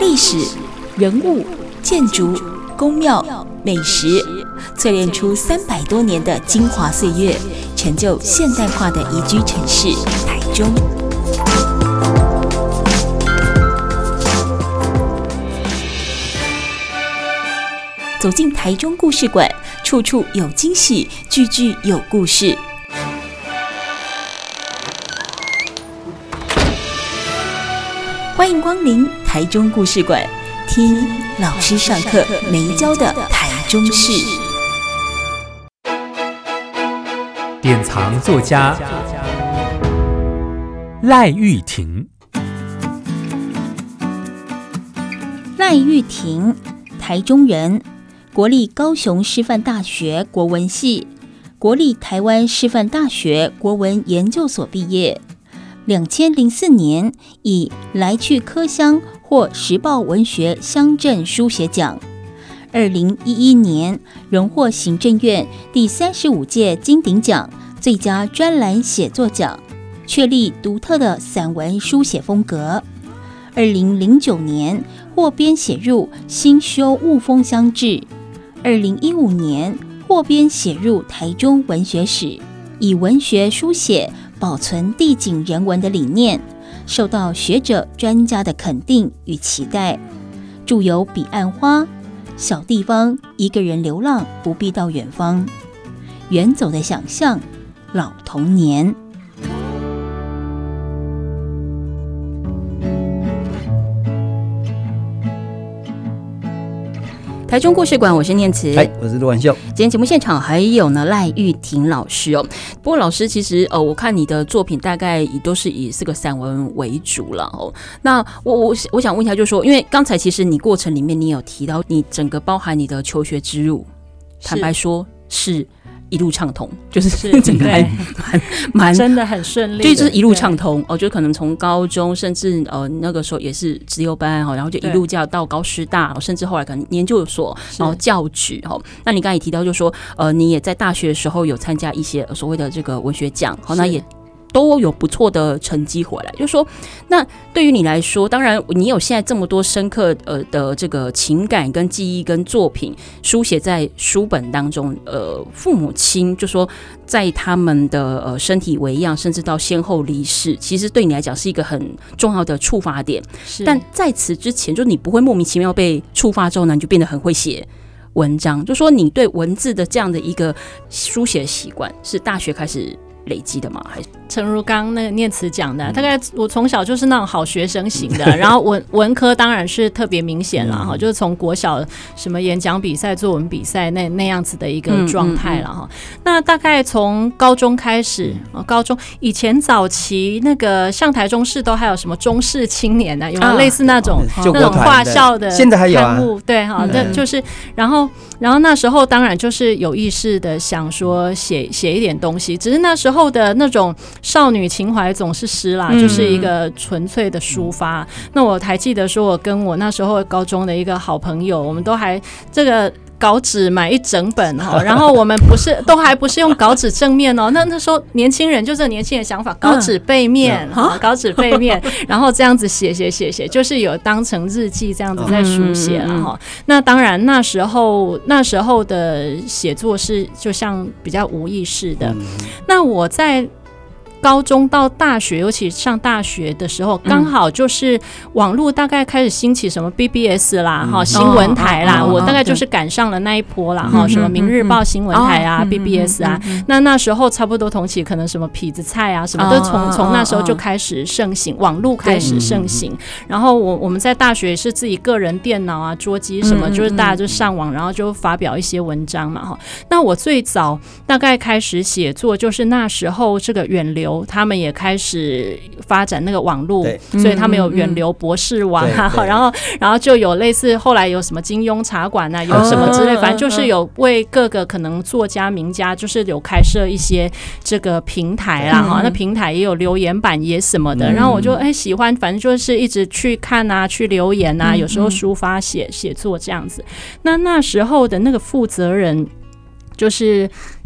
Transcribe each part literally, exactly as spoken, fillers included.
历史、人物、建筑、宫庙、美食，淬炼出三百多年的精华岁月，成就现代化的宜居城市台中。走进台中故事馆，处处有惊喜，句句有故事。欢迎光临台中故事馆，听老师上课没教的台中事。 典藏作家赖玉婷。 赖玉婷，台中人，国立高雄师范大学国文系，国立台湾师范大学国文研究所毕业。两千零四年以来去科乡获时报文学乡镇书写奖。二零一一年荣获行政院第三十五届金鼎奖最佳专栏写作奖，确立独特的散文书写风格。二零零九年获编写入新修雾峰乡志。二零一五年获编写入台中文学史，以文学书写保存地景人文的理念，受到学者专家的肯定与期待。著有《彼岸花》、《小地方一个人流浪不必到远方》、《远走的想象》、《老童年》。台中故事馆，我是念慈， 嗨，我是陆婉秀。 今天节目现场还有呢赖玉婷老师哦。不过老师其实呃，我看你的作品大概也都是以这个散文为主了哦。那我我我想问一下，就是说，因为刚才其实你过程里面你有提到，你整个包含你的求学之路，坦白说是一路畅通，就是整个还蛮蛮真的很顺利， 就是一路畅通哦，就可能从高中甚至呃那个时候也是资优班哈，然后就一路这样到高师大，甚至后来可能研究所，然后教职哈。那你刚才也提到，就是说呃你也在大学的时候有参加一些所谓的这个文学奖，好，那也都有不错的成绩回来。就是说，那对于你来说，当然你有现在这么多深刻呃的这个情感跟记忆跟作品书写在书本当中，呃，父母亲就说在他们的呃身体为恙，甚至到先后离世，其实对你来讲是一个很重要的触发点。但在此之前，就你不会莫名其妙被触发之后呢，你就变得很会写文章。就说你对文字的这样的一个书写习惯，是大学开始累积的吗？还是诚如刚刚那个念慈讲的，大概我从小就是那种好学生型的，然后文文科当然是特别明显了哈，就是从国小什么演讲比赛、作文比赛那那样子的一个状态了哈。那大概从高中开始，高中以前早期那个像台中市都还有什么中市青年呢、啊？有没有类似那种、啊、那种画校的现在还有啊？ 对哈，那就是然后然后那时候当然就是有意识的想说写写一点东西，只是那时候的那种少女情怀总是诗啦、嗯、就是一个纯粹的抒发、嗯、那我还记得说我跟我那时候高中的一个好朋友，我们都还这个稿纸买一整本然后我们不是都还不是用稿纸正面哦，那那时候年轻人就这年轻人想法，稿纸背面、嗯、稿纸背面然后这样子写写写写，就是有当成日记这样子在书写了、嗯、那当然那时候那时候的写作是就像比较无意识的、嗯、那我在高中到大学，尤其上大学的时候，刚好就是网络大概开始兴起，什么 B B S 啦、嗯、新闻台啦、哦、我大概就是赶上了那一波啦、嗯、什么明日报新闻台啊、嗯、B B S 啊、嗯、那那时候差不多同期可能什么痞子蔡啊什么都从从那时候就开始盛行，网络开始盛行，然后我我们在大学也是自己个人电脑啊桌机什么、嗯、就是大家就上网然后就发表一些文章嘛。那我最早大概开始写作就是那时候这个远流他们也开始发展那个网络，所以他们有远流博士网、啊、然后然后就有类似后来有什么金庸茶馆啊，有什么之类，反正就是有为各个可能作家名家就是有开设一些这个平台啦、嗯、那平台也有留言板也什么的、嗯、然后我就哎喜欢，反正就是一直去看啊去留言啊、嗯、有时候抒发写写作这样子。那那时候的那个负责人就是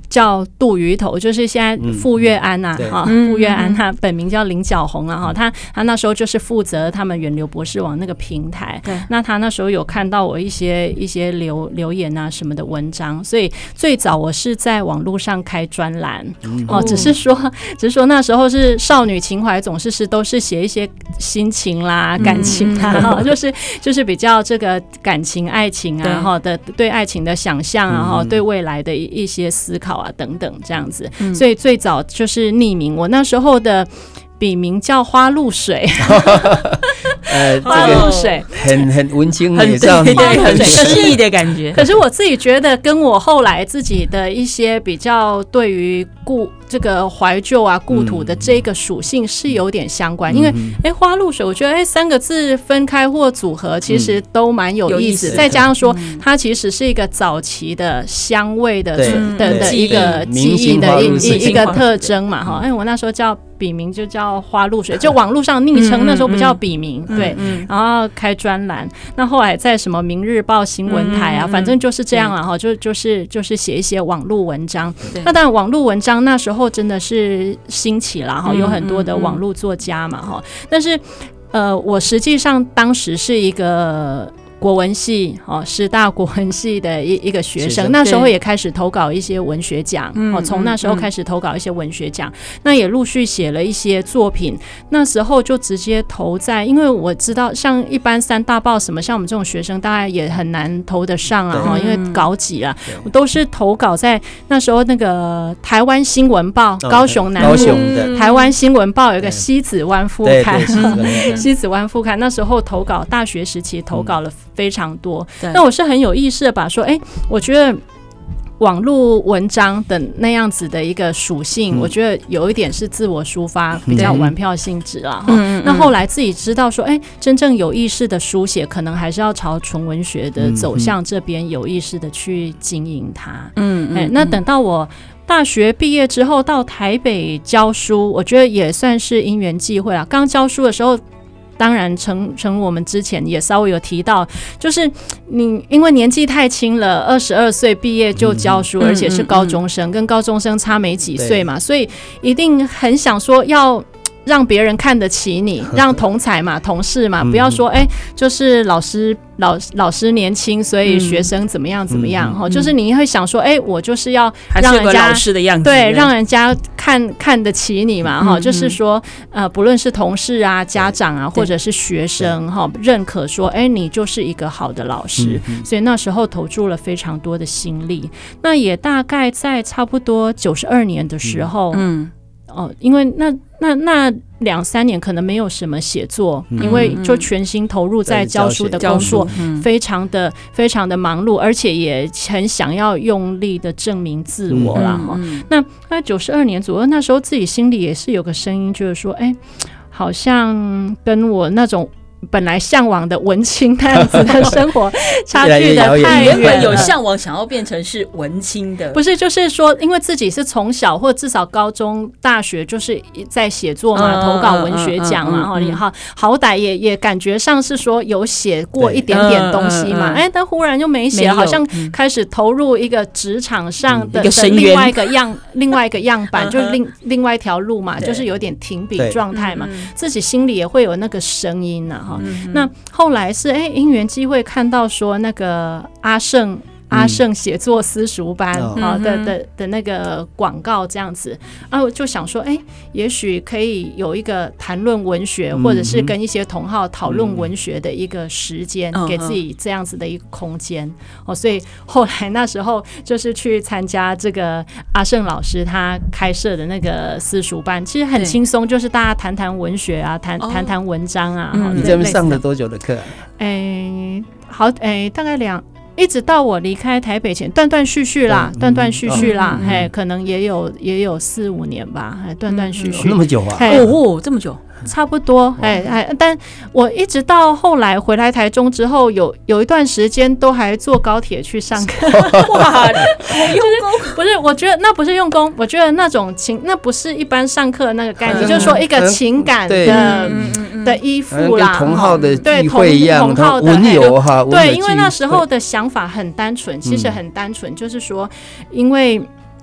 叫杜鱼头，就是现在傅月安呐、啊，哈、嗯，傅月安他本名叫林角红啊，哈，他他那时候就是负责他们源流博士网那个平台，对，那他那时候有看到我一些一些留留言啊什么的文章，所以最早我是在网络上开专栏，嗯、哦，只是说只是说那时候是少女情怀总是是都是写一些心情啦、感情啦，嗯、就是就是比较这个感情、爱情啊，哈的对爱情的想象啊，哈、嗯、对未来的一些思考啊等等这样子，嗯、所以最早就是匿名，我那时候的笔名叫花露水。 呃， 花露水很很文青， 很少女， 很诗意的感觉。 可是我自己觉得，跟我后来自己的一些比较对于故这个怀旧啊、故土的这个属性是有点相关。嗯、因为哎，花露水，我觉得哎三个字分开或组合，其实都蛮有意思。嗯、再加上说，嗯、它其实是一个早期的香味的的的一个记忆的一一个特征嘛，哈。哎，我那时候叫笔名就叫花露水，就网络上昵称那时候不叫笔名。嗯对，嗯、然后开专栏，那后来在什么《明日报》新闻台啊，嗯、反正就是这样了哈，就就是就是写一些网络文章。那当然，网络文章那时候真的是兴起了哈，有很多的网络作家嘛哈。但是呃，我实际上当时是一个国文系哦，师大国文系的一一个学生，那时候也开始投稿一些文学奖，哦，从那时候开始投稿一些文学奖，嗯、那也陆续写了一些作品。那时候就直接投在，因为我知道像一般三大报什么，像我们这种学生，大概也很难投得上啊，哈，因为稿挤啊，我都是投稿在那时候那个台湾新闻报，哦、高雄南部、嗯、台湾新闻报有一个西子湾副刊，西子湾副刊那时候投稿，大学时期投稿了。非常多，那我是很有意识的把说，哎，我觉得网络文章的那样子的一个属性，嗯、我觉得有一点是自我抒发，比较玩票性质啦。嗯、那后来自己知道说，哎，真正有意识的书写，可能还是要朝纯文学的走向这边有意识的去经营它。嗯，哎，那等到我大学毕业之后到台北教书，我觉得也算是因缘际会啊。刚教书的时候。当然诚诚我们之前也稍微有提到，就是你因为年纪太轻了，二十二岁毕业就教书，嗯、而且是高中生，嗯、跟高中生差没几岁嘛，所以一定很想说要让别人看得起你，让同才嘛、同事嘛，不要说哎、欸，就是老师老老师年轻，所以学生怎么样怎么样哈、嗯嗯，就是你会想说，哎、欸，我就是要让人家老师的样子， 对，让人家看看得起你嘛哈、嗯，就是说呃，不论是同事啊、家长啊，或者是学生哈，认可说，哎、欸，你就是一个好的老师、嗯，所以那时候投注了非常多的心力。那也大概在差不多九十二年的时候，嗯。哦，因为那那那两三年可能没有什么写作、嗯，因为就全心投入在教书的工作，非常的非常的忙碌，而且也很想要用力的证明自我啦。哈、嗯嗯，那在九十二年左右，那时候自己心里也是有个声音，就是说，哎，好像跟我那种。本来向往的文青那样子的生活差距的太远了，原本有向往想要变成是文青的， 不是就是说因为自己是从小或至少高中大学就是在写作嘛、嗯、投稿文学奖嘛、嗯嗯嗯、好好歹也也感觉上是说有写过一点点东西嘛，哎、嗯嗯嗯，但忽然就没写，好像开始投入一个职场上的、嗯、的另外一个样另外一个样板就另另外一条路嘛，就是有点停笔状态嘛，自己心里也会有那个声音啊嗯、那后来是哎因缘机会看到说那个阿盛阿盛写作私塾班、嗯啊、的, 的, 的那个广告这样子啊，我就想说哎，也许可以有一个谈论文学、嗯、或者是跟一些同好讨论文学的一个时间、嗯、给自己这样子的一个空间、哦、所以后来那时候就是去参加这个阿盛老师他开设的那个私塾班，其实很轻松，就是大家谈谈文学啊，谈谈谈文章啊、哦嗯、你这边上了多久的课、啊？ 哎，好，哎，大概两一直到我离开台北前，断断续续啦，断断续续啦，嘿、嗯嗯，可能也有也有四五年吧，断断续续、 嗯，那么久啊？ 哦，这么久。 差不多，哎哎，但我一直到后来回来台中之后，有有一段时间都还坐高铁去上课。 哇，好用功！ 不是，我觉得那不是用功，我觉得那种情，那不是一般上课那个概念，嗯、就是说一个情感的、嗯、的依附啦， 跟同好的聚会一样， 同好的文友哈， 对，因为那时候的想法很单纯，其实很单纯，就是说，因为。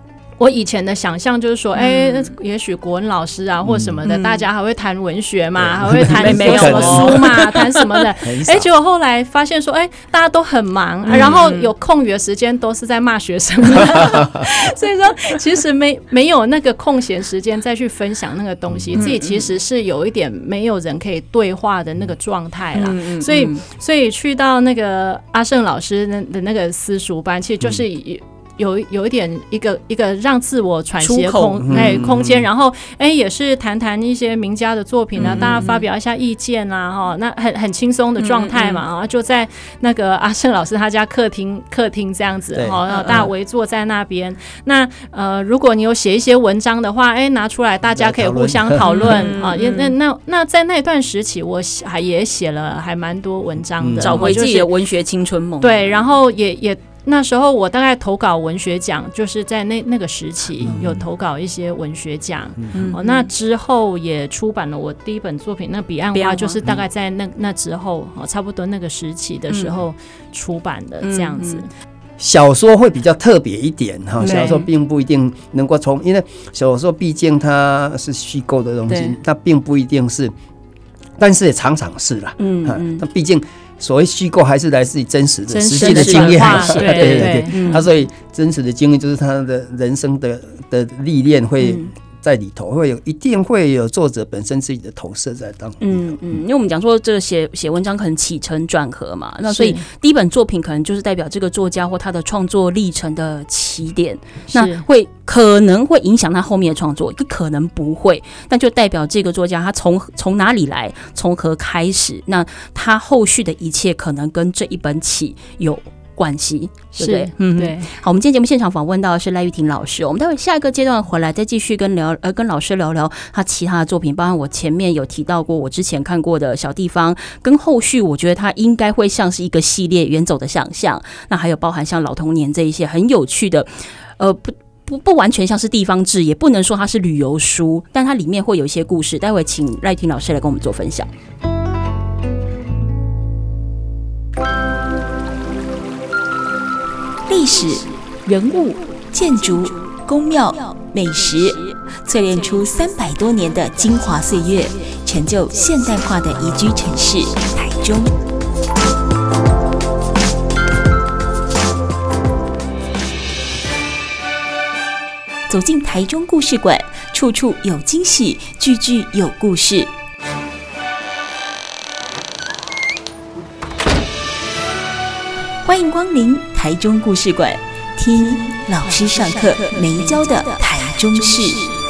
我以前的想象就是说，哎、嗯欸，也许国文老师啊或什么的，嗯、大家还会谈文学嘛，还会谈说什么书嘛，谈什么的。哎、欸，结果后来发现说，哎、欸，大家都很忙、嗯，然后有空余的时间都是在骂学生，所以说其实没没有那个空闲时间再去分享那个东西，嗯、自己其实是有一点没有人可以对话的那个状态啦。嗯、所以所以去到那个阿胜老师的那个私塾班，其实就是以。嗯有有一点一个一个让自我喘息的空哎、嗯、空间，然后哎也是谈谈一些名家的作品啊，嗯、大家发表一下意见啊，哈，那很很轻松的状态嘛啊、嗯嗯，就在那个阿胜老师他家客厅客厅这样子哈，然后大家围坐在那边。嗯、那呃，如果你有写一些文章的话，哎拿出来大家可以互相讨论啊。也那那那在那段时期，我还也写了还蛮多文章的， 嗯、找回自己的文学青春梦。 对，然后也也。那时候我大概投稿文学奖，就是在那那个时期有投稿一些文学奖、嗯哦。那之后也出版了我第一本作品，那彼岸花就是大概在那那之后、哦，差不多那个时期的时候出版的这样子。嗯嗯、 小说会比较特别一点哈，小说并不一定能够从，因为小说毕竟它是虚构的东西，它并不一定是，但是也常常是啦。嗯嗯，它毕竟。所谓虚构还是来自于真实的实际的经验， 对对 对, 对、嗯啊，所以真实的经验就是他的人生的的历练会在里头，会有一定会有作者本身自己的投射在当中。 嗯嗯，因为我们讲说这个写写文章可能起承转合嘛，那所以第一本作品可能就是代表这个作家或他的创作历程的起点，那会可能会影响他后面的创作，可能不会，但就代表这个作家他从从哪里来，从何开始，那他后续的一切可能跟这一本起有关系，对不对？嗯，对。好，我们今天节目现场访问到的是赖玉婷老师，我们待会下一个阶段回来再继续跟聊呃跟老师聊聊他其他的作品，包含我前面有提到过我之前看过的小地方，跟后续我觉得它应该会像是一个系列远走的想象，那还有包含像老童年这一些很有趣的，呃不。不, 不完全像是地方志，也不能说它是旅游书，但它里面会有一些故事。待会请赖婷老师来跟我们做分享。历史、人物、建筑、宫庙、美食，淬炼出三百多年的精华岁月，成就现代化的宜居城市台中。走进台中故事馆，处处有惊喜，句句有故事。欢迎光临台中故事馆，听老师上课没教的台中市。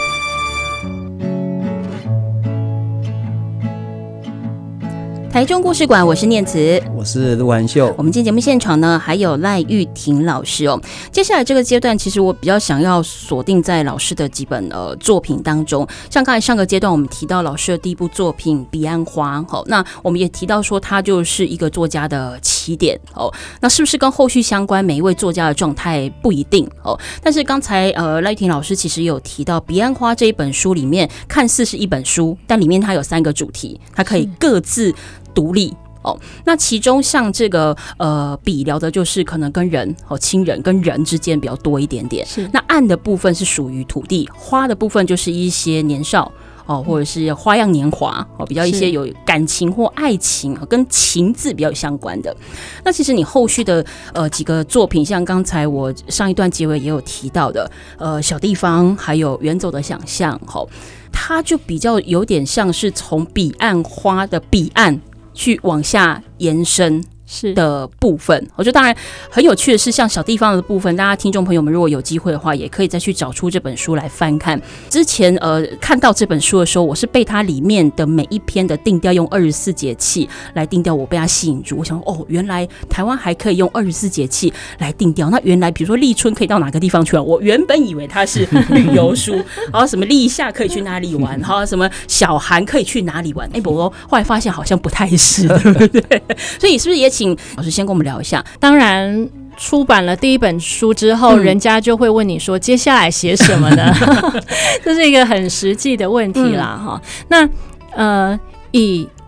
台中故事馆，我是念慈， 我是陆涵秀。 我们今天节目现场呢，还有赖玉婷老师哦。接下来这个阶段，其实我比较想要锁定在老师的几本呃作品当中。像刚才上个阶段我们提到老师的第一部作品《彼岸花》，好，那我们也提到说他就是一个作家的起点哦。那是不是跟后续相关？每一位作家的状态不一定哦。但是刚才呃赖玉婷老师其实有提到《彼岸花》这一本书里面，看似是一本书，但里面它有三个主题，它可以各自独立哦，那其中像这个呃，笔聊的就是可能跟人哦，亲人跟人之间比较多一点点。是，那暗的部分是属于土地，花的部分就是一些年少哦，或者是花样年华哦，比较一些有感情或爱情跟情字比较相关的。那其实你后续的呃几个作品，像刚才我上一段结尾也有提到的，呃，小地方还有远走的想象，哦，它就比较有点像是从彼岸花的彼岸去往下延伸的部分。我觉得当然很有趣的是，像小地方的部分，大家听众朋友们如果有机会的话，也可以再去找出这本书来翻看。之前呃看到这本书的时候，我是被它里面的每一篇的定调用二十四节气来定调，我被它吸引住。我想哦，原来台湾还可以用二十四节气来定调。那原来比如说立春可以到哪个地方去玩？我原本以为它是旅游书，然后什么立夏可以去哪里玩，然后什么小寒可以去哪里玩？哎，不过后来发现好像不太是，对不对？所以是不是也请老师先跟我们聊一下？当然出版了第一本书之后，嗯、人家就会问你说接下来写什么呢？这是一个很实际的问题啦，哈、嗯。那呃，以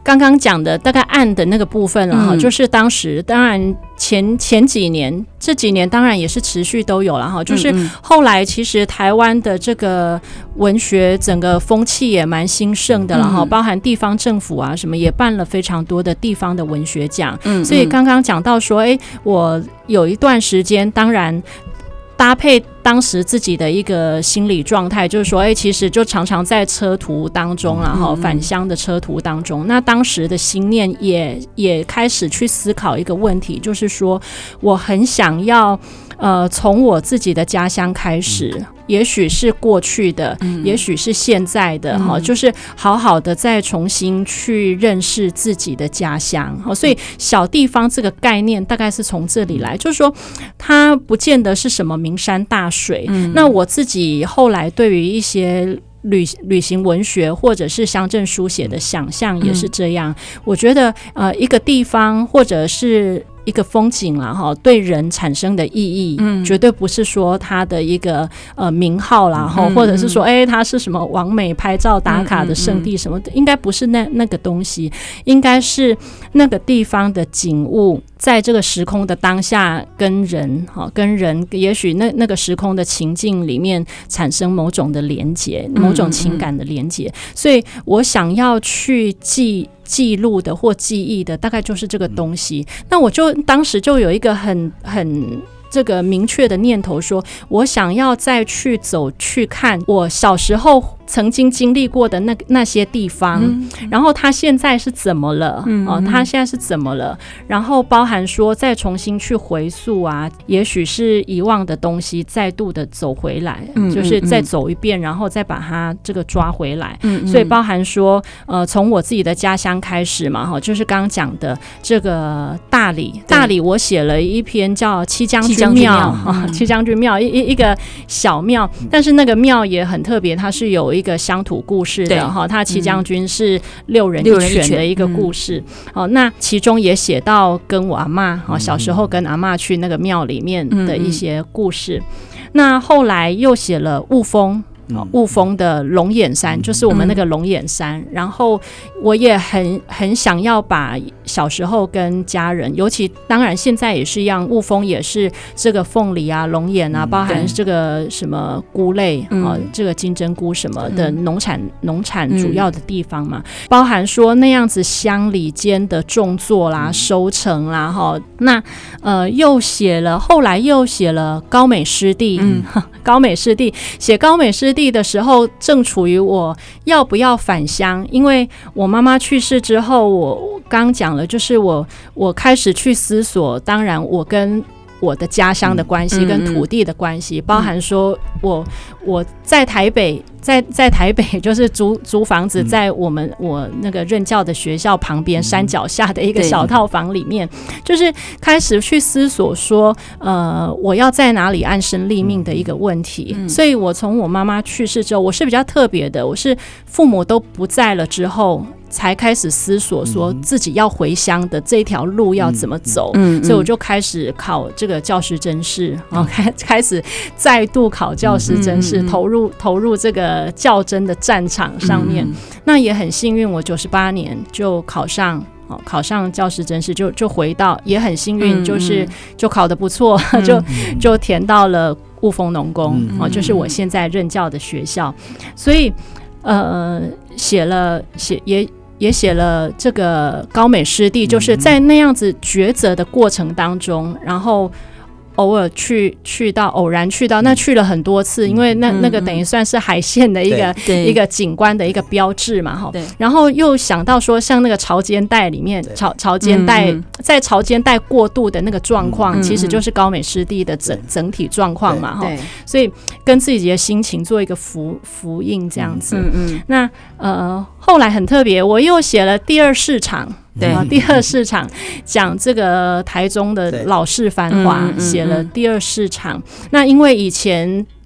刚刚讲的大概岸的那个部分了哈、嗯，就是当时当然前前几年这几年当然也是持续都有了哈，就是后来其实台湾的这个文学整个风气也蛮兴盛的了哈、嗯，包含地方政府啊什么也办了非常多的地方的文学奖，嗯，所以刚刚讲到说，哎，我有一段时间当然搭配当时自己的一个心理状态，就是说，哎、欸，其实就常常在车途当中，然后返乡的车途当中，那当时的心念也也开始去思考一个问题，就是说，我很想要，呃，从我自己的家乡开始。嗯，也许是过去的，嗯、也许是现在的，哈、嗯，就是好好的再重新去认识自己的家乡，哈，所以小地方这个概念大概是从这里来，就是说它不见得是什么名山大水，嗯、那我自己后来对于一些旅旅行文学或者是乡镇书写的想象也是这样，嗯、我觉得呃一个地方或者是一个风景啦哈，对人产生的意义，嗯，绝对不是说它的一个呃名号啦哈、嗯，或者是说哎它是什么网美拍照打卡的圣地什么的，嗯嗯嗯、应该不是那那个东西，应该是那个地方的景物，在这个时空的当下跟人哈，跟人也许那那个时空的情境里面产生某种的连结，某种情感的连结，嗯嗯嗯，所以我想要去记。记录的或记忆的大概就是这个东西，那我就当时就有一个很很这个明确的念头，说我想要再去走去看我小时候曾经经历过的那那些地方，嗯、然后他现在是怎么了？嗯哦，他现在是怎么了？然后包含说再重新去回溯啊，也许是遗忘的东西，再度的走回来，嗯、就是再走一遍，然后再把它这个抓回来。嗯、所以包含说，呃，从我自己的家乡开始嘛，哈，就是刚刚讲的这个大理，大理我写了一篇叫《七将军庙》哈，七将军庙一一一个小庙，但是那个庙也很特别，它是有一个乡土故事的哈，他七将军是六人一犬的一个故事。好、嗯，那其中也写到跟我阿嬷哈小时候跟阿嬷去那个庙里面的一些故事。嗯、那后来又写了雾峰。雾峰的龙眼山就是我们那个龙眼山、嗯、然后我也很很想要把小时候跟家人，尤其当然现在也是一样，雾峰也是这个凤梨啊龙眼啊、嗯、包含这个什么菇类、嗯啊、这个金针菇什么的农产农、嗯、产主要的地方嘛、嗯、包含说那样子乡里间的种作啦、嗯、收成啦齁，那呃又写了后来又写了高美湿地、嗯、高美湿地写高美湿地的时候正处于我要不要返乡，因为我妈妈去世之后，我刚讲了就是我我开始去思索，当然我跟我的家乡的关系、嗯、跟土地的关系、嗯、包含说我我在台北在在台北就是租租房子，在我们我那个任教的学校旁边山脚下的一个小套房里面，就是开始去思索说呃我要在哪里安身立命的一个问题、嗯、所以我从我妈妈去世之后，我是比较特别的，我是父母都不在了之后才开始思索说自己要回乡的这条路要怎么走、嗯嗯、所以我就开始考这个教师甄试、嗯、开, 开始再度考教师甄试、嗯、投入投入这个教甄的战场上面、嗯、那也很幸运，我九十八年就考上考上教师甄试，就就回到，也很幸运，就是就考得不错、嗯、就就填到了雾峰农工、嗯、就是我现在任教的学校，所以呃写了写也也写了这个高美湿地，就是在那样子抉择的过程当中，然后偶尔去去到偶然去到，那去了很多次，因为那那个等于算是海线的一个一个景观的一个标志嘛，哈。然后又想到说，像那个潮间带里面，潮潮间带在潮间带过渡的那个状况，其实就是高美湿地的整整体状况嘛，哈。所以跟自己的心情做一个符符应这样子。嗯嗯。那呃后来很特别，我又写了第二市场。对、啊，第二市场讲这个台中的老式繁华，写了第二市场。那因为以前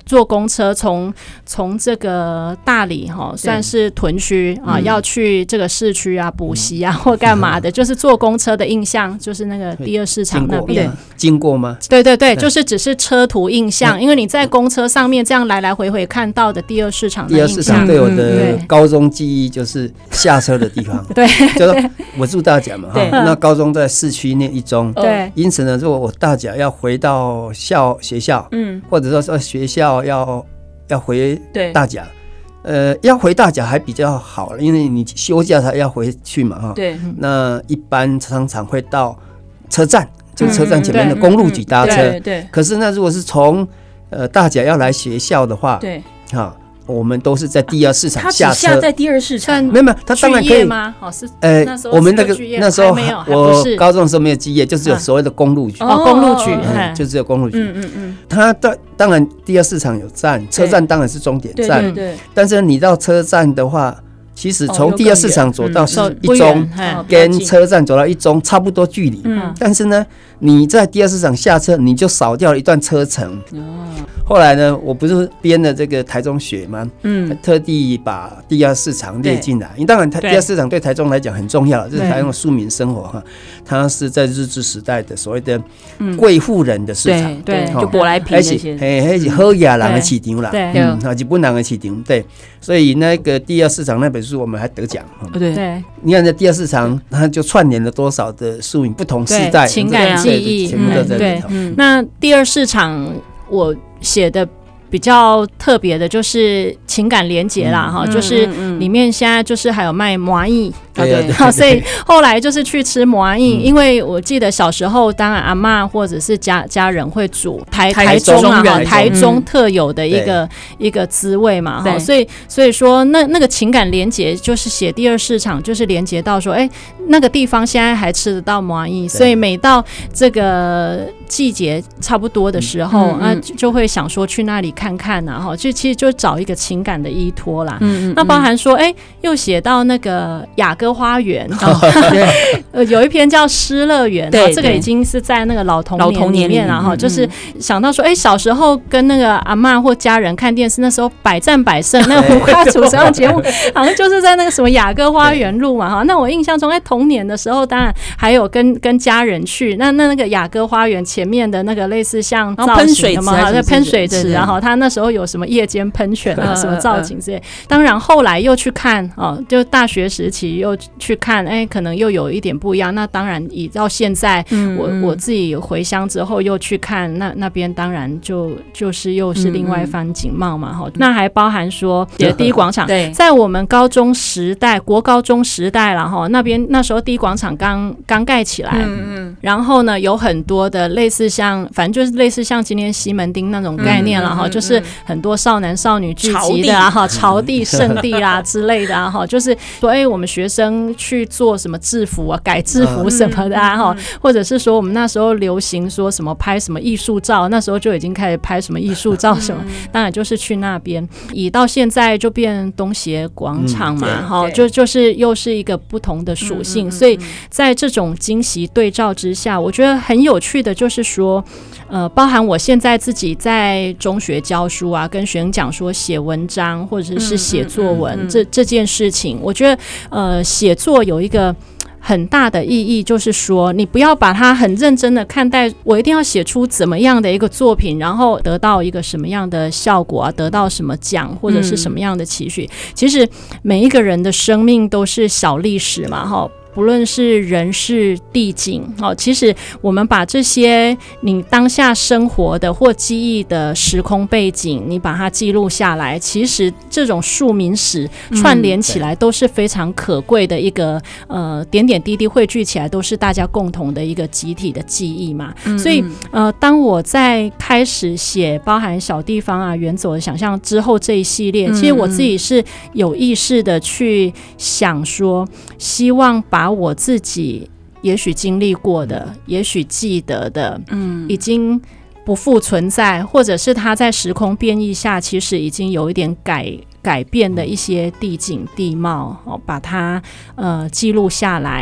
坐公车从从这个大理哈，算是屯区啊，要去这个市区啊补习啊、嗯、或干嘛的，就是坐公车的印象就是那个第二市场那边经过吗？ 对对对，就是只是车图印象、嗯、因为你在公车上面这样来来回回看到的第二市场的印象。 第二市场对我的高中记忆就是下车的地方， 对， 就是我住大甲嘛，那高中在市区念一中， 对， 因此呢，如果我大甲要回到校学校，嗯，或者说说学校要要回大甲，呃，要回大甲还比较好，因为你休假才要回去嘛，哈， 对， 那一般常常会到车站，就车站前面的公路局搭车， 对对。 可是呢，如果是从呃大甲要来学校的话， 对， 哈。我们都是在第二市场下车， 他只下在第二市场， 没有没有，他当然可以吗？哦，是， 呃，我们那个那时候我高中的时候没有基业，就是有所谓的公路局， 哦，公路局， 嗯，就只有公路局， 嗯嗯嗯， 他当当然第二市场有站，车站当然是终点站， 对对对， 但是你到车站的话。其实从第二市场走到一中，跟车站走到一中差不多距离。嗯，但是呢，你在第二市场下车，你就少掉了一段车程。哦，后来呢，我不是编了这个台中学吗？嗯，特地把第二市场列进来。因为当然，第二市场对台中来讲很重要，这是台中的庶民生活哈。它是在日治时代的所谓的贵妇人的市场， 对，就舶来品那些， 嘿，那是好野人的市场啦，对，嗯，日本人的市场，对。所以那个第二市场那本书我们还得奖， 对对， 你看在第二市场，它就串联了多少的庶民不同世代情感记忆， 全部都在里头。 那第二市场我写的比较特别的就是情感连结啦，哈、嗯，就是里面现在就是还有卖麻薏。 对对对， 好，所以后来就是去吃麻薏、嗯，因为我记得小时候，当然阿嬷或者是家家人会煮台台中啊，台中, 台中特有的一个、嗯、一个滋味嘛，哈，所以所以说那那个情感连结就是写第二市场，就是连结到说，哎、欸，那个地方现在还吃得到麻薏，所以每到这个季节差不多的时候，嗯、啊，就会想说去那里看看啊，哈，就其实就找一个情感的依托啦。嗯嗯，那包含说，哎、欸，又写到那个雅歌花园，呃，有一篇叫《诗乐园》，这个已经是在那个老童年里面了哈，就是想到说，哎、欸，小时候跟那个阿嬷或家人看电视，那时候百战百胜，那个胡瓜主持的节目，好像就是在那个什么雅歌花园录嘛哈。那我印象中，哎、欸，童年的时候，当然还有跟跟家人去，那那那个雅歌花园前面的那个类似像造型的嘛，在喷水池，然后他那时候有什么夜间喷泉啊，什么造景之类。当然后来又去看哦，就大学时期又去看，哎、欸，可能又有一点不一样。那当然，以到现在，嗯、我我自己回乡之后又去看，那那边当然就就是又是另外一番景貌嘛，哈、嗯。那还包含说，第一广场，在我们高中时代，国高中时代了哈，那边那时候第一广场刚刚盖起来，嗯嗯，然后呢，有很多的类似像，反正就是类似像今天西门町那种概念了哈、嗯嗯嗯，就是很多少男少女聚集的啊，哈，潮地圣地啊之类的啊，哈，就是说，哎、欸，我们学生去做什么制服啊，改制服什么的啊，哈、嗯嗯，或者是说我们那时候流行说什么拍什么艺术照，那时候就已经开始拍什么艺术照什么，嗯、当然就是去那边，以到现在就变东协广场嘛，哈、嗯，就就是又是一个不同的属性、嗯嗯嗯，所以在这种惊喜对照之下，我觉得很有趣的就是说，呃，包含我现在自己在中学教书啊，跟学生讲说写文章或者是写作文、嗯嗯嗯嗯、这这件事情，我觉得呃，写作有一个很大的意义，就是说你不要把它很认真的看待，我一定要写出怎么样的一个作品，然后得到一个什么样的效果啊，得到什么奖或者是什么样的期许、嗯、其实每一个人的生命都是小历史嘛，齁，不论是人事地景、哦、其实我们把这些你当下生活的或记忆的时空背景你把它记录下来，其实这种庶民史串联起来都是非常可贵的一个、嗯、呃点点滴滴汇聚起来都是大家共同的一个集体的记忆嘛、嗯、所以呃，当我在开始写包含小地方啊远走的想象之后这一系列、嗯、其实我自己是有意识的去想说希望把把我自己也许经历过的也许记得的嗯，已经不复存在，或者是它在时空变异下其实已经有一点改改变的一些地景地貌、哦、把它呃记录下来，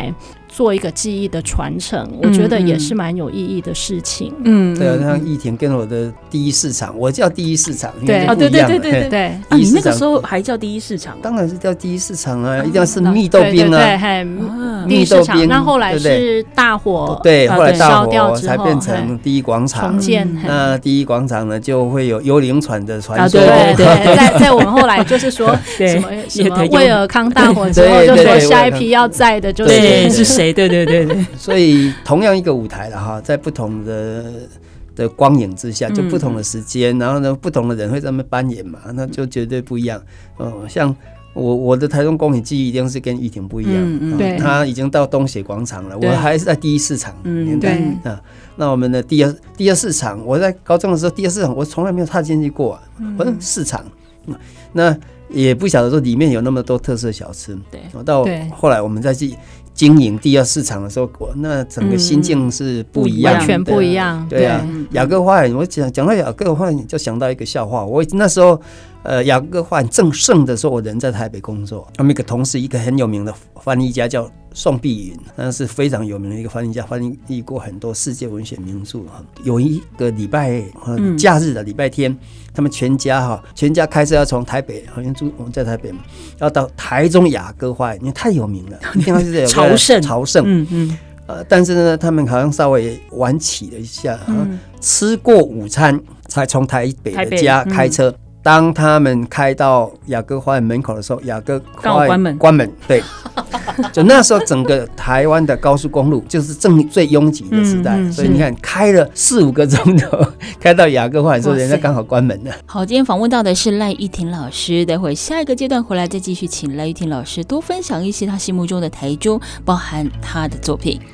做一个记忆的传承，我觉得也是蛮有意义的事情。 嗯，对啊，像义婷跟我的第一市场，我叫第一市场， 对， 哦，对对对对对对， 啊， 你那个时候还叫第一市场？ 当然是叫第一市场啊，一定要是蜜豆冰啊， 对对对，第一市场。那后来是大火， 对，后来大火才变成第一广场重建。 那第一广场呢，就会有幽灵船的传说。 对对对，在在我们后来就是说什么什么威尔康大火之后，就说下一批要在的就是是谁？对对对对。 所以同样一个舞台了哈，在不同的的光影之下，就不同的时间，嗯、然后呢，不同的人会在那边扮演嘛，那就绝对不一样。嗯、呃，像我我的台中光影记忆一定是跟玉婷不一样，嗯嗯，对、呃，他已经到东协广场了，我还是在第一市场年代啊、嗯。那我们的第二第二市场，我在高中的时候，第二市场我从来没有踏进去过、啊，我、嗯、市场，嗯、那也不晓得说里面有那么多特色小吃。对，到后来我们再去经营第二市场的时候，那整个心境是不一样的、嗯， 完全不一样。 对啊，雅阁花园，我讲讲到雅阁花园，就想到一个笑话。我那时候，呃，雅阁花园正盛的时候，我人在台北工作，我们一个同事，一个很有名的翻译家叫宋碧云，那是非常有名的一个翻译家，翻译过很多世界文学名著。有一个礼拜假日的礼拜天，他们全家哈，全家开车要从台北，好像住我们在台北嘛，要到台中雅阁花园，因为太有名了，一定要是有朝圣朝圣。嗯嗯。呃，但是呢，他们好像稍微晚起了一下，嗯、吃过午餐才从台北的家开车。嗯、当他们开到雅阁花园门口的时候，雅阁花园关门，关门，对，就那时候整个台湾的高速公路就是正最拥挤的时代，嗯嗯、所以你看开了四五个钟头，开到雅阁花园的时候，人家刚好关门了。 好，今天访问到的是赖玉婷老师，待会下一个阶段回来再继续请赖玉婷老师多分享一些他心目中的台中，包含他的作品。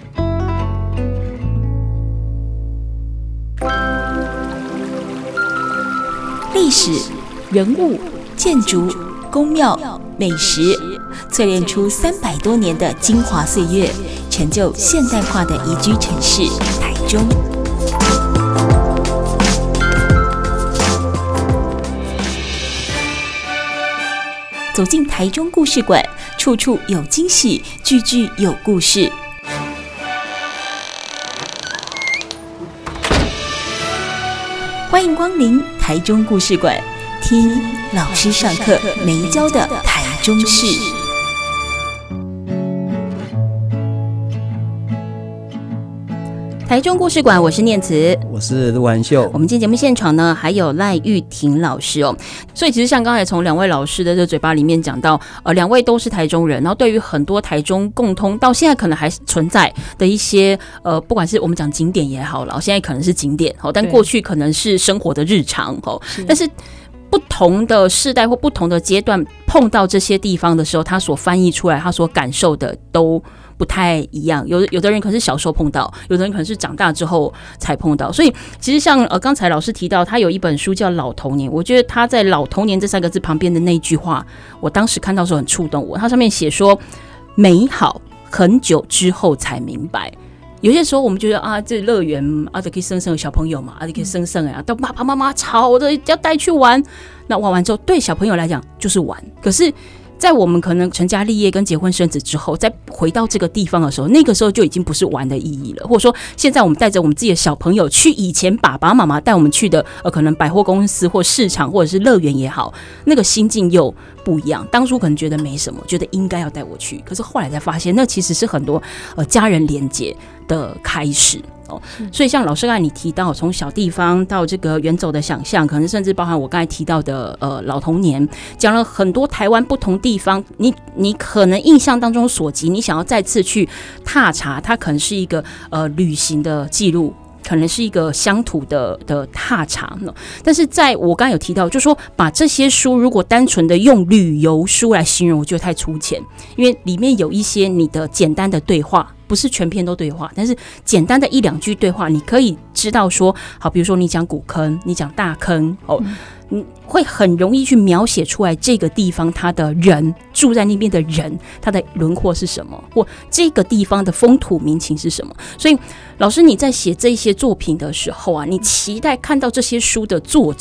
历史、人物、建筑、宫庙、美食，淬炼出三百多年的精华岁月，成就现代化的宜居城市台中。走进台中故事馆，处处有惊喜，句句有故事。欢迎光临台中故事馆，听老师上课没教的台中市。台中故事馆，我是念慈， 我是陆涵秀。 我们今天节目现场呢，还有赖玉婷老师哦。所以其实像刚才从两位老师的这嘴巴里面讲到，呃，两位都是台中人，然后对于很多台中共通到现在可能还存在的一些呃，不管是我们讲景点也好了，现在可能是景点哦，但过去可能是生活的日常哦，但是。不同的世代或不同的阶段碰到这些地方的时候，他所翻译出来，他所感受的都不太一样。有有的人可能是小时候碰到，有的人可能是长大之后才碰到。所以其实像呃刚才老师提到，他有一本书叫《老童年》，我觉得他在“老童年”这三个字旁边的那句话，我当时看到的时候很触动我。他上面写说：“美好很久之后才明白。”有些时候我们觉得啊，这乐园啊，就可以生生小朋友嘛，啊，就可以生生啊，但爸爸妈妈吵着要带去玩，那玩完之后，对小朋友来讲就是玩。可是，在我们可能成家立业跟结婚生子之后，再回到这个地方的时候，那个时候就已经不是玩的意义了。或者说，现在我们带着我们自己的小朋友去以前爸爸妈妈带我们去的，呃，可能百货公司或市场或者是乐园也好，那个心境又不一样。当初可能觉得没什么，觉得应该要带我去，可是后来才发现，那其实是很多呃家人连结的开始。哦，所以像老师刚才你提到，从小地方到这个远走的想象，可能甚至包含我刚才提到的呃老童年，讲了很多台湾不同地方，你你可能印象当中所及，你想要再次去踏查，它可能是一个呃旅行的记录。可能是一个乡土的的踏查，但是在我刚才有提到，就是说把这些书如果单纯的用旅游书来形容，我觉得太粗浅，因为里面有一些你的简单的对话，不是全篇都对话，但是简单的一两句对话，你可以知道说，好，比如说你讲古坑，你讲大坑，哦。你会很容易去描写出来这个地方它的人住在那边的人他的轮廓是什么，或这个地方的风土民情是什么。所以老师你在写这些作品的时候啊，你期待看到这些书的作者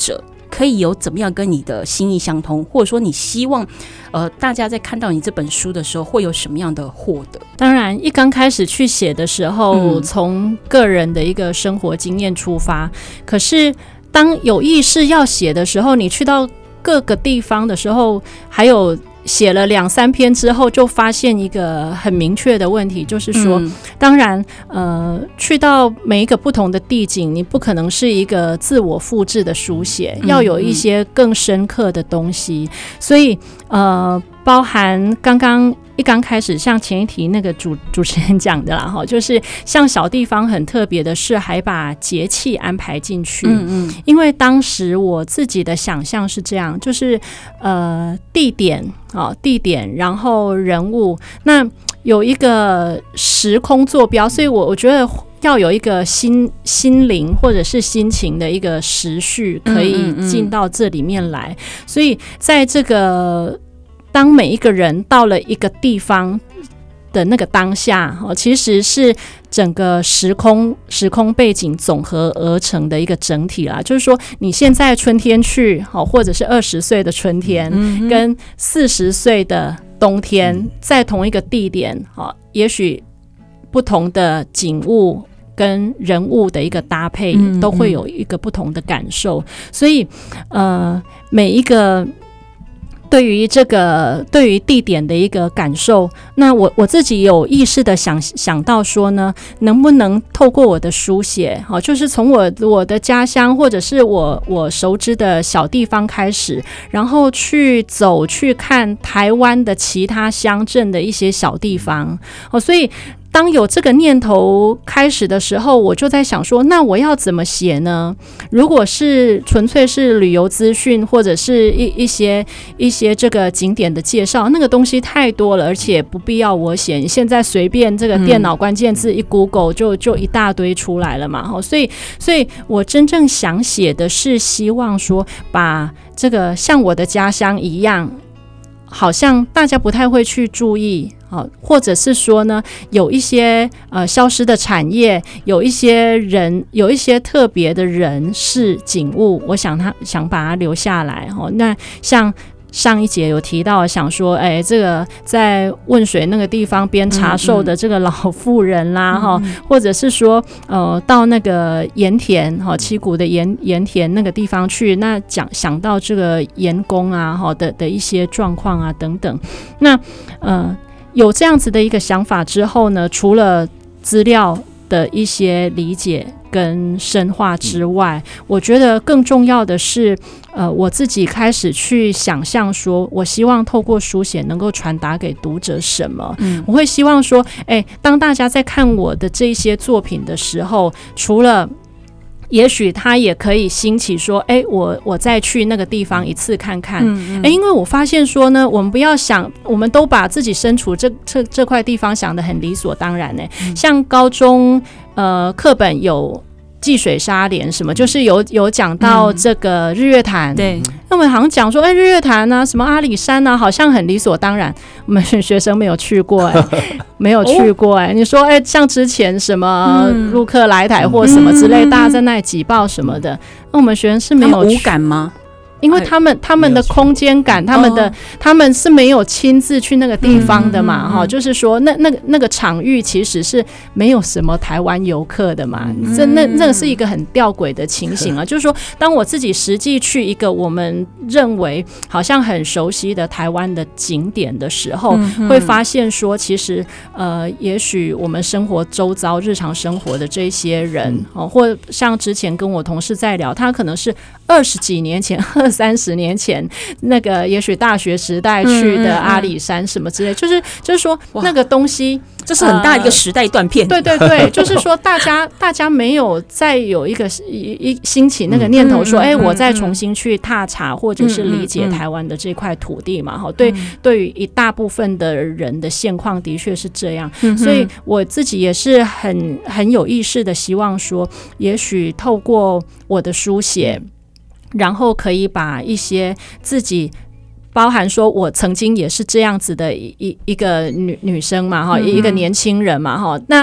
可以有怎么样跟你的心意相通，或者说你希望呃大家在看到你这本书的时候会有什么样的获得？ 当然一刚开始去写的时候，从、嗯、个人的一个生活经验出发，可是当有意识要写的时候，你去到各个地方的时候，还有写了两三篇之后，就发现一个很明确的问题，就是说、嗯、当然呃，去到每一个不同的地景，你不可能是一个自我复制的书写、嗯、要有一些更深刻的东西、嗯、所以呃，包含刚刚一刚开始像前一题那个 主, 主持人讲的啦，就是像小地方很特别的是还把节气安排进去、嗯嗯、因为当时我自己的想象是这样，就是呃地点、哦、地点然后人物，那有一个时空坐标，所以我我觉得要有一个心心灵或者是心情的一个时序可以进到这里面来、嗯嗯嗯、所以在这个当每一个人到了一个地方的那个当下，其实是整个时空时空背景总和而成的一个整体啦。就是说你现在春天去，或者是二十岁的春天、嗯、跟四十岁的冬天、嗯、在同一个地点，也许不同的景物跟人物的一个搭配都会有一个不同的感受、嗯嗯、所以呃，每一个对于这个对于地点的一个感受，那我我自己有意识的想想到说呢，能不能透过我的书写、哦、就是从我我的家乡或者是我我熟知的小地方开始，然后去走去看台湾的其他乡镇的一些小地方、哦、所以当有这个念头开始的时候，我就在想说，那我要怎么写呢？如果是纯粹是旅游资讯，或者是一一些一些这个景点的介绍，那个东西太多了，而且不必要我写。你现在随便这个电脑关键字一 Google 就就一大堆出来了嘛。所以，所以我真正想写的是希望说，把这个像我的家乡一样，好像大家不太会去注意。或者是说呢，有一些呃消失的产业，有一些人，有一些特别的人事景物，我想他想把它留下来。哦，那像上一节有提到，想说，哎，这个在汶水那个地方编茶寿的这个老妇人啦，哈、嗯嗯，或者是说，呃，到那个盐田哈，七股的盐盐田那个地方去，那讲想到这个盐工啊，哈的的一些状况啊等等，那呃。有这样子的一个想法之后呢，除了资料的一些理解跟深化之外，我觉得更重要的是呃，我自己开始去想象说，我希望透过书写能够传达给读者什么、嗯、我会希望说，哎，当大家在看我的这些作品的时候，除了也许他也可以兴起说，哎，我我再去那个地方一次看看。嗯嗯，因为我发现说呢，我们不要想，我们都把自己身处这这这块地方想得很理所当然呢。嗯、像高中呃课本有济水沙连什么，就是有有讲到这个日月潭、嗯，对，那我们好像讲说，哎，日月潭啊，什么阿里山啊，好像很理所当然。我们学生没有去过、欸，哎，没有去过、欸，哎、哦，你说，哎，像之前什么陆客来台或什么之类，嗯、大家在那里挤爆什么的，那我们学生是没有无感吗？ 因为他们他们的空间感，他们的、哦、他们是没有亲自去那个地方的嘛，哈、嗯嗯嗯，就是说那那个那个场域其实是没有什么台湾游客的嘛，嗯、这那那是一个很吊诡的情形啊，就是说当我自己实际去一个我们认为好像很熟悉的台湾的景点的时候，嗯嗯，会发现说其实呃，也许我们生活周遭日常生活的这些人，哦、嗯，或像之前跟我同事在聊，他可能是二十几年前。三十年前那个也许大学时代去的阿里山什么之类，嗯嗯嗯，就是就是说那个东西这是很大一个时代断片、 呃、对对对，就是说大家大家没有再有一个一兴起那个念头说，哎、嗯嗯嗯，我再重新去踏查或者是理解台湾的这块土地嘛，嗯嗯嗯，对，对于一大部分的人的现况的确是这样、嗯、所以我自己也是很很有意识的希望说，也许透过我的书写，然后可以把一些自己包含说我曾经也是这样子的一一个女女生嘛哈，一个年轻人嘛哈，那那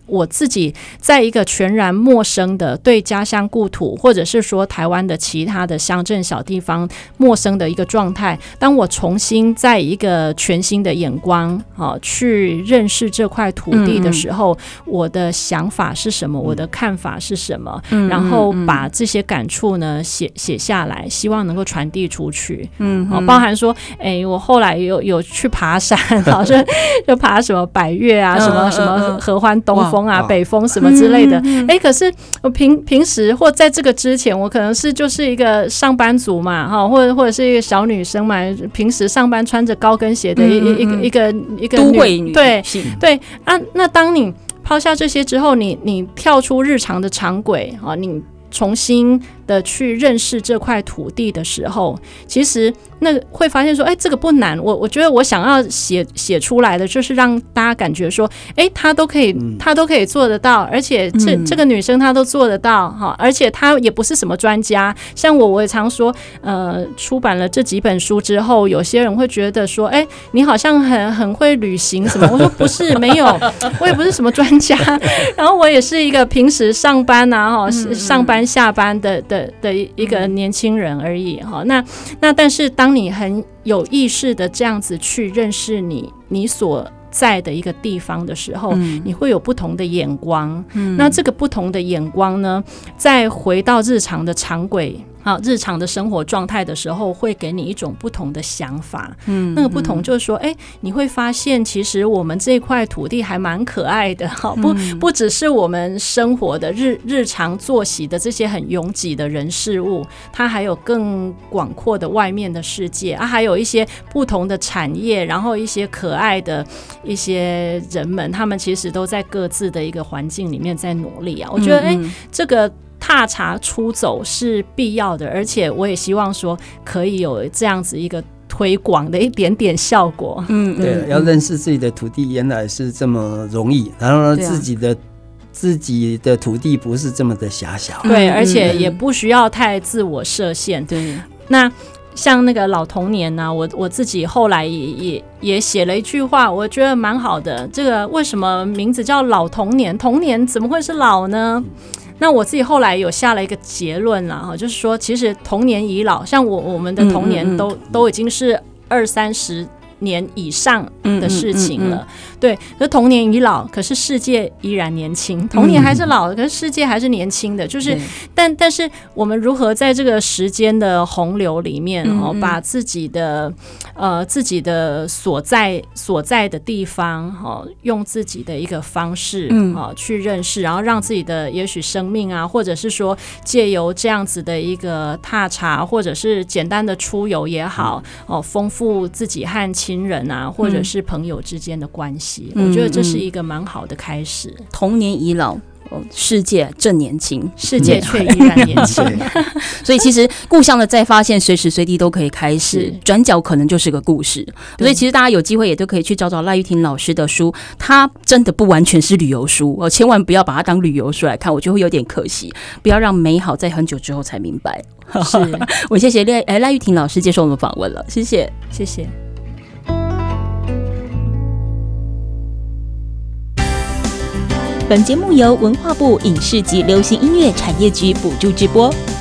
我自己在一个全然陌生的对家乡故土，或者是说台湾的其他的乡镇小地方陌生的一个状态，当我重新在一个全新的眼光、啊、去认识这块土地的时候、嗯嗯、我的想法是什么，我的看法是什么、嗯、然后把这些感触呢写写下来，希望能够传递出去。嗯、啊，包含说哎，我后来有有去爬山，好像就爬什么百岳啊、嗯、什么什么合欢东风啊、北风什么之类的。哎，可是我平平时或在这个之前，我可能是就是一个上班族嘛，哈，或者或者是一个小女生嘛，平时上班穿着高跟鞋的一、嗯、一个一个一个都会女， 对对啊。那当你抛下这些之后，你你跳出日常的常轨啊，你重新的去认识这块土地的时候，其实那会发现说，哎，这个不难。我我觉得我想要写写出来的，就是让大家感觉说，哎，她都可以，她都可以做得到，而且这、嗯、这个女生她都做得到哈，而且她也不是什么专家。像我，我也常说，呃，出版了这几本书之后，有些人会觉得说，哎，你好像很很会旅行什么。我说不是，没有，我也不是什么专家。然后我也是一个平时上班啊，哈、嗯，上班下班的的。的, 的一个年轻人而已哈，那那但是当你很有意识的这样子去认识你你所在的一个地方的时候、嗯、你会有不同的眼光、嗯、那这个不同的眼光呢，再回到日常的常轨啊，日常的生活状态的时候，会给你一种不同的想法。嗯，那个不同就是说，哎、欸，你会发现，其实我们这块土地还蛮可爱的，哈，不不只是我们生活的日日常作息的这些很拥挤的人事物，它还有更广阔的外面的世界啊，还有一些不同的产业，然后一些可爱的一些人们，他们其实都在各自的一个环境里面在努力啊。我觉得，哎、欸，这个。踏查出走是必要的，而且我也希望说可以有这样子一个推广的一点点效果。嗯， 对，嗯、要认识自己的土地原来是这么容易，然后呢，自己的、啊、自己的土地不是这么的狭小。 对，而且也不需要太自我设限。对，那像那个老童年啊，我我自己后来也也也写了一句话，我觉得蛮好的。这个为什么名字叫老童年？童年怎么会是老呢？那我自己后来有下了一个结论啦，就是说其实童年已老，像我我们的童年都、嗯嗯嗯、都已经是二三十年以上的事情了，嗯嗯嗯嗯、对，可是童年已老，可是世界依然年轻。童年还是老的，可是世界还是年轻的，就是，但但是我们如何在这个时间的洪流里面哦，嗯嗯把自己的呃自己的所在所在的地方哦，用自己的一个方式哦去认识，然后让自己的也许生命啊，或者是说借由这样子的一个踏查，或者是简单的出游也好哦，丰富自己和亲人啊，或者是朋友之间的关系、嗯、我觉得这是一个蛮好的开始。 童年已老，世界正年轻， 世界却依然年轻。 所以其实故乡的再发现随时随地都可以开始，转角可能就是个故事。所以其实大家有机会也都可以去找找赖玉婷老师的书，它真的不完全是旅游书、哦、千万不要把它当旅游书来看，我觉得会有点可惜。不要让美好在很久之后才明白。 是我谢谢赖赖玉婷老师接受我们访问了，谢谢， 谢谢。 本节目由文化部影视及流行音乐产业局补助直播。